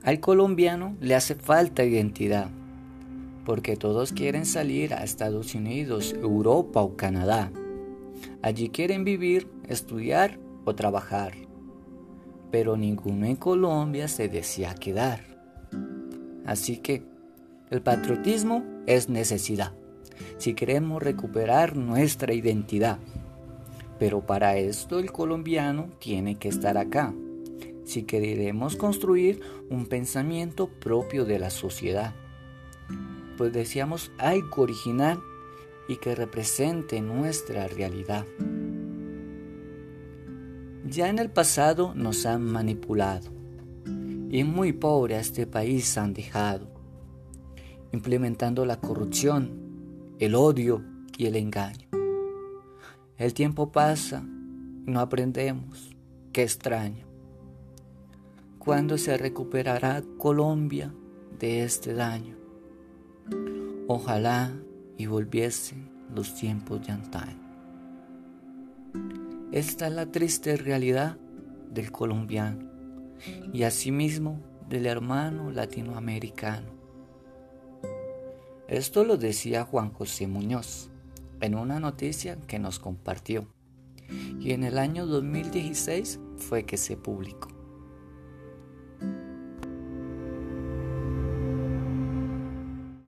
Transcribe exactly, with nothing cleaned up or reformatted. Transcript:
Al colombiano le hace falta identidad, porque todos quieren salir a Estados Unidos, Europa o Canadá. Allí quieren vivir, estudiar o trabajar, pero ninguno en Colombia se desea quedar. Así que el patriotismo es necesidad, si queremos recuperar nuestra identidad. Pero para esto el colombiano tiene que estar acá, si queremos construir un pensamiento propio de la sociedad. Pues deseamos algo original y que represente nuestra realidad. Ya en el pasado nos han manipulado y muy pobre a este país han dejado, implementando la corrupción, el odio y el engaño. El tiempo pasa y no aprendemos, qué extraño. ¿Cuándo se recuperará Colombia de este daño? Ojalá y volviesen los tiempos de antaño. Esta es la triste realidad del colombiano y asimismo del hermano latinoamericano. Esto lo decía Juan José Muñoz en una noticia que nos compartió y en el año dos mil dieciséis fue que se publicó.